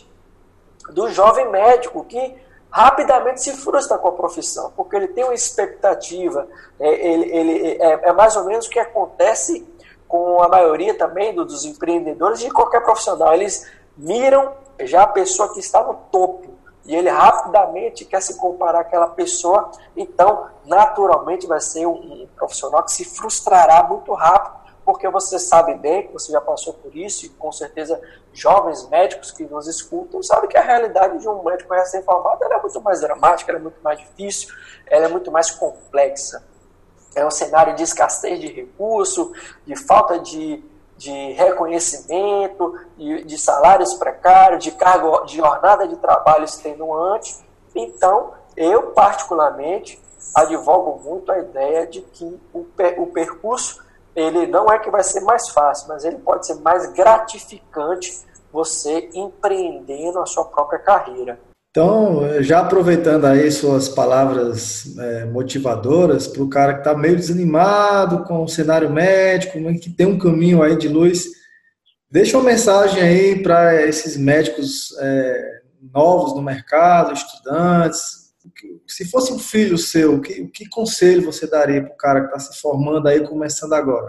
do jovem médico, que rapidamente se frustra com a profissão, porque ele tem uma expectativa, é, ele, ele, é, é mais ou menos o que acontece com a maioria também do, dos empreendedores de qualquer profissional. Eles miram já a pessoa que está no topo, e ele rapidamente quer se comparar àquela pessoa, então naturalmente vai ser um, um profissional que se frustrará muito rápido, porque você sabe bem, que você já passou por isso, e com certeza jovens médicos que nos escutam sabem que a realidade de um médico recém-formado ela é muito mais dramática, ela é muito mais difícil, ela é muito mais complexa. É um cenário de escassez de recurso, de falta de, de reconhecimento, de, de salários precários, de carga, de jornada de trabalho extenuante. Então, eu particularmente advogo muito a ideia de que o, per, o percurso, ele não é que vai ser mais fácil, mas ele pode ser mais gratificante você empreendendo a sua própria carreira. Então, já aproveitando aí suas palavras é, motivadoras para o cara que está meio desanimado com o cenário médico, que tem um caminho aí de luz, deixa uma mensagem aí para esses médicos é, novos no mercado, estudantes. Se fosse um filho seu, que, que conselho você daria para o cara que está se formando aí, começando agora?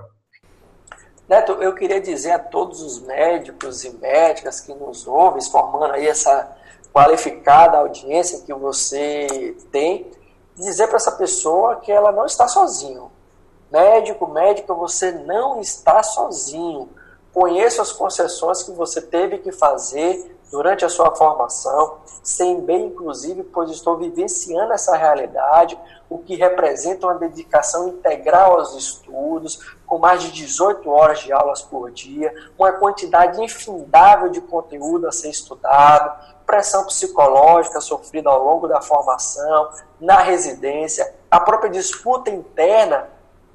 Neto, eu queria dizer a todos os médicos e médicas que nos ouvem, formando aí essa qualificada audiência que você tem, dizer para essa pessoa que ela não está sozinho. Médico, médica, você não está sozinho. Conheça as concessões que você teve que fazer durante a sua formação, sem bem, inclusive, pois estou vivenciando essa realidade, o que representa uma dedicação integral aos estudos, com mais de dezoito horas de aulas por dia, uma quantidade infindável de conteúdo a ser estudado, pressão psicológica sofrida ao longo da formação, na residência, a própria disputa interna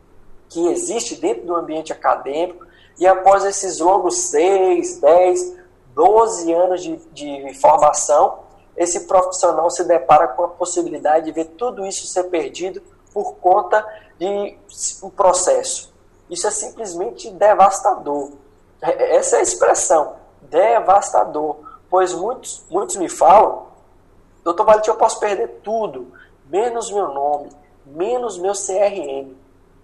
que existe dentro do ambiente acadêmico, e após esses longos seis, dez, doze anos de, de formação, esse profissional se depara com a possibilidade de ver tudo isso ser perdido por conta de um processo. Isso é simplesmente devastador. Essa é a expressão, devastador. Pois muitos, muitos me falam, doutor Valentim, eu posso perder tudo, menos meu nome, menos meu C R M.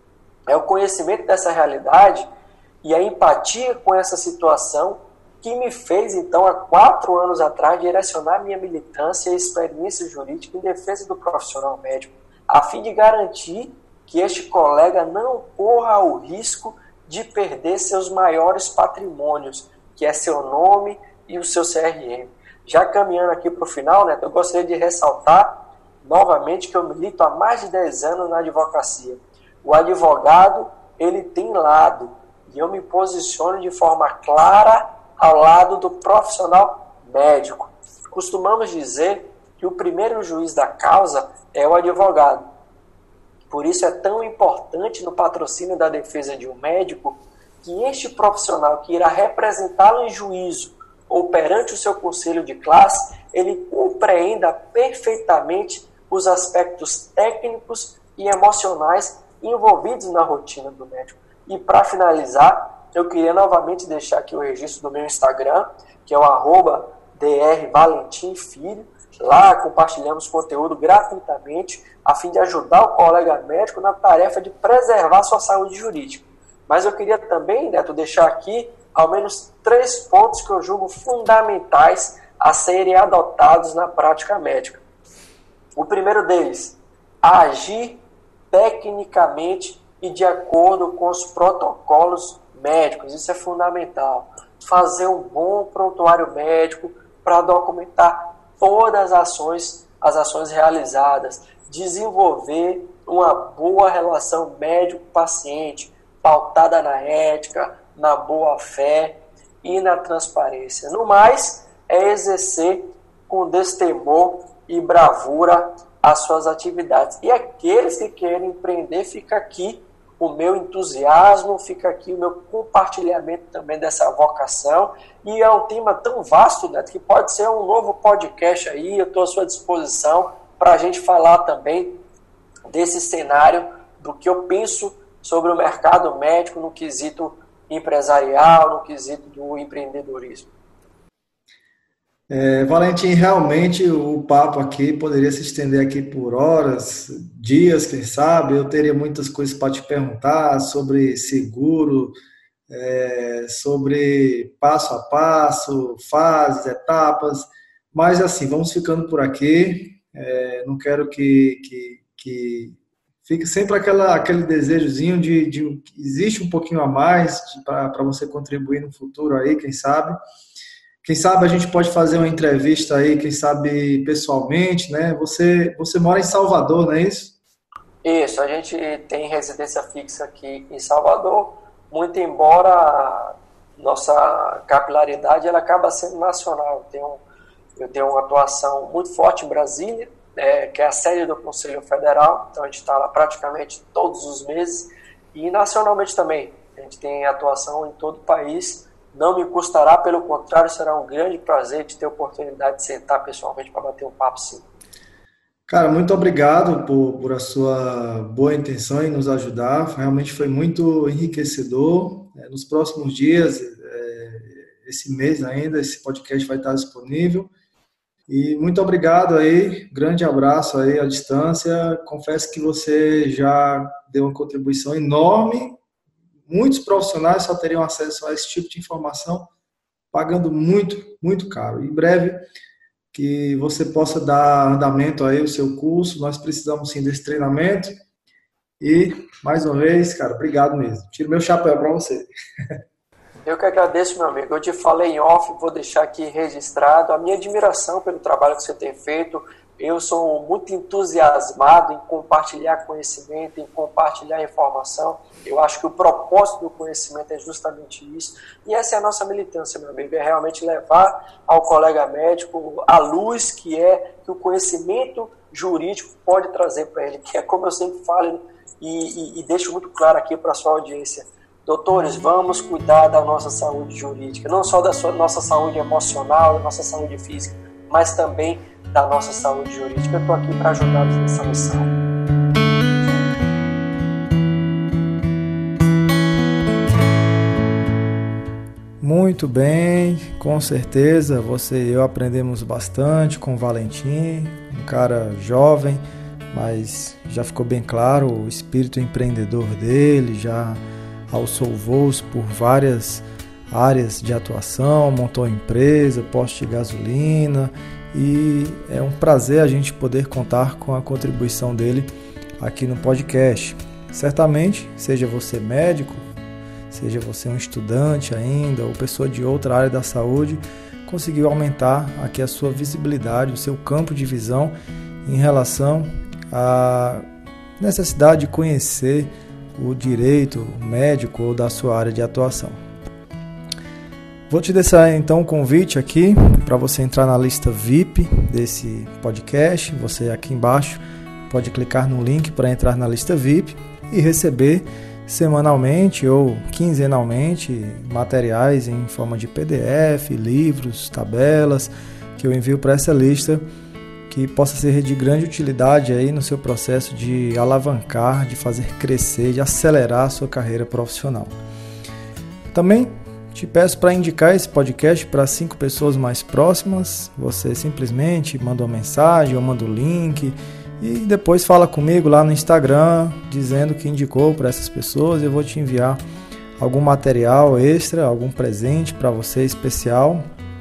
É o conhecimento dessa realidade e a empatia com essa situação que me fez, então, há quatro anos atrás, direcionar minha militância e experiência jurídica em defesa do profissional médico, a fim de garantir que este colega não corra o risco de perder seus maiores patrimônios, que é seu nome e o seu C R M. Já caminhando aqui para o final, né, eu gostaria de ressaltar novamente que eu milito há mais de dez anos na advocacia. O advogado, ele tem lado, e eu me posiciono de forma clara ao lado do profissional médico. Costumamos dizer que o primeiro juiz da causa é o advogado. Por isso é tão importante no patrocínio da defesa de um médico que este profissional que irá representá-lo em juízo ou perante o seu conselho de classe, ele compreenda perfeitamente os aspectos técnicos e emocionais envolvidos na rotina do médico. E para finalizar, eu queria novamente deixar aqui o registro do meu Instagram, que é o arroba dr valentim filho. Lá compartilhamos conteúdo gratuitamente, a fim de ajudar o colega médico na tarefa de preservar sua saúde jurídica. Mas eu queria também, Neto, deixar aqui ao menos três pontos que eu julgo fundamentais a serem adotados na prática médica. O primeiro deles, agir tecnicamente e de acordo com os protocolos médicos. Isso é fundamental. Fazer um bom prontuário médico para documentar todas as ações, as ações realizadas. Desenvolver uma boa relação médico-paciente, pautada na ética, na boa-fé e na transparência. No mais, é exercer com destemor e bravura as suas atividades. E aqueles que querem empreender, fica aqui o meu entusiasmo, fica aqui o meu compartilhamento também dessa vocação. E é um tema tão vasto, né, que pode ser um novo podcast aí. Eu estou à sua disposição para a gente falar também desse cenário, do que eu penso sobre o mercado médico no quesito empresarial, no quesito do empreendedorismo. É, Valentim, realmente o papo aqui poderia se estender aqui por horas, dias, quem sabe. Eu teria muitas coisas para te perguntar sobre seguro, é, sobre passo a passo, fases, etapas, mas assim, vamos ficando por aqui. É, não quero que, que, que fica sempre aquela, aquele desejozinho de, de existe um pouquinho a mais para você contribuir no futuro aí, quem sabe. Quem sabe a gente pode fazer uma entrevista aí, quem sabe pessoalmente, né? Você, você mora em Salvador, não é isso? Isso, a gente tem residência fixa aqui em Salvador, muito embora a nossa capilaridade ela acaba sendo nacional. Eu tenho, eu tenho uma atuação muito forte em Brasília, É, que é a sede do Conselho Federal, então a gente está lá praticamente todos os meses, e nacionalmente também, a gente tem atuação em todo o país, não me custará, pelo contrário, será um grande prazer de ter a oportunidade de sentar pessoalmente para bater um papo sim. Cara, muito obrigado por, por a sua boa intenção em nos ajudar, realmente foi muito enriquecedor. É, nos próximos dias, é, esse mês ainda, esse podcast vai estar disponível. E muito obrigado aí, grande abraço aí à distância. Confesso que você já deu uma contribuição enorme. Muitos profissionais só teriam acesso a esse tipo de informação pagando muito, muito caro. Em breve, que você possa dar andamento aí ao seu curso. Nós precisamos sim desse treinamento. E, mais uma vez, cara, obrigado mesmo. Tiro meu chapéu para você. Eu que agradeço, meu amigo. Eu te falei em off, vou deixar aqui registrado a minha admiração pelo trabalho que você tem feito. Eu sou muito entusiasmado em compartilhar conhecimento, em compartilhar informação. Eu acho que o propósito do conhecimento é justamente isso. E essa é a nossa militância, meu amigo, é realmente levar ao colega médico a luz que é que o conhecimento jurídico pode trazer para ele, que é como eu sempre falo e, e, e deixo muito claro aqui para a sua audiência. Doutores, vamos cuidar da nossa saúde jurídica, não só da sua, nossa saúde emocional, da nossa saúde física, mas também da nossa saúde jurídica. Eu estou aqui para ajudá-los nessa missão. Muito bem, com certeza você e eu aprendemos bastante com o Valentim, um cara jovem, mas já ficou bem claro o espírito empreendedor dele, já alçou voos por várias áreas de atuação, montou empresa, posto de gasolina, e é um prazer a gente poder contar com a contribuição dele aqui no podcast. Certamente, seja você médico, seja você um estudante ainda ou pessoa de outra área da saúde, conseguiu aumentar aqui a sua visibilidade, o seu campo de visão em relação à necessidade de conhecer o direito médico ou da sua área de atuação. Vou te deixar então um convite aqui para você entrar na lista V I P desse podcast. Você aqui embaixo pode clicar no link para entrar na lista V I P e receber semanalmente ou quinzenalmente materiais em forma de P D F, livros, tabelas que eu envio para essa lista, que possa ser de grande utilidade aí no seu processo de alavancar, de fazer crescer, de acelerar a sua carreira profissional. Também te peço para indicar esse podcast para cinco pessoas mais próximas. Você simplesmente manda uma mensagem ou manda o link e depois fala comigo lá no Instagram dizendo que indicou para essas pessoas. Eu vou te enviar algum material extra, algum presente para você especial,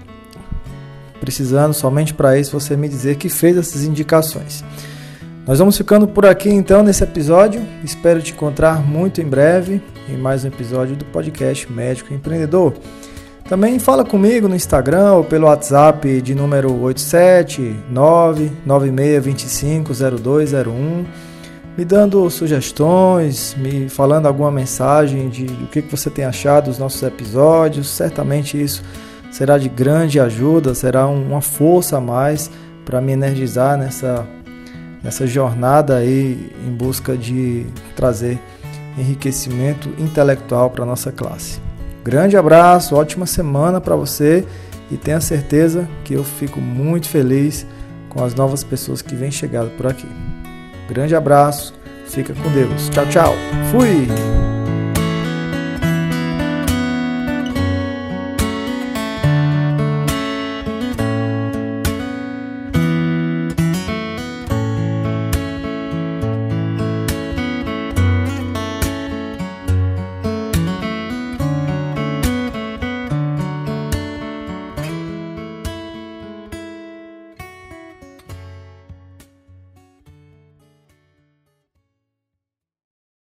precisando somente para isso você me dizer que fez essas indicações. Nós vamos ficando por aqui então nesse episódio. Espero te encontrar muito em breve em mais um episódio do podcast Médico Empreendedor. Também fala comigo no Instagram ou pelo WhatsApp de número oito sete nove nove seis dois cinco zero dois zero um, me dando sugestões, me falando alguma mensagem de o que você tem achado dos nossos episódios. Certamente isso será de grande ajuda, será uma força a mais para me energizar nessa, nessa jornada aí em busca de trazer enriquecimento intelectual para a nossa classe. Grande abraço, ótima semana para você e tenha certeza que eu fico muito feliz com as novas pessoas que vêm chegando por aqui. Grande abraço, fica com Deus. Tchau, tchau. Fui!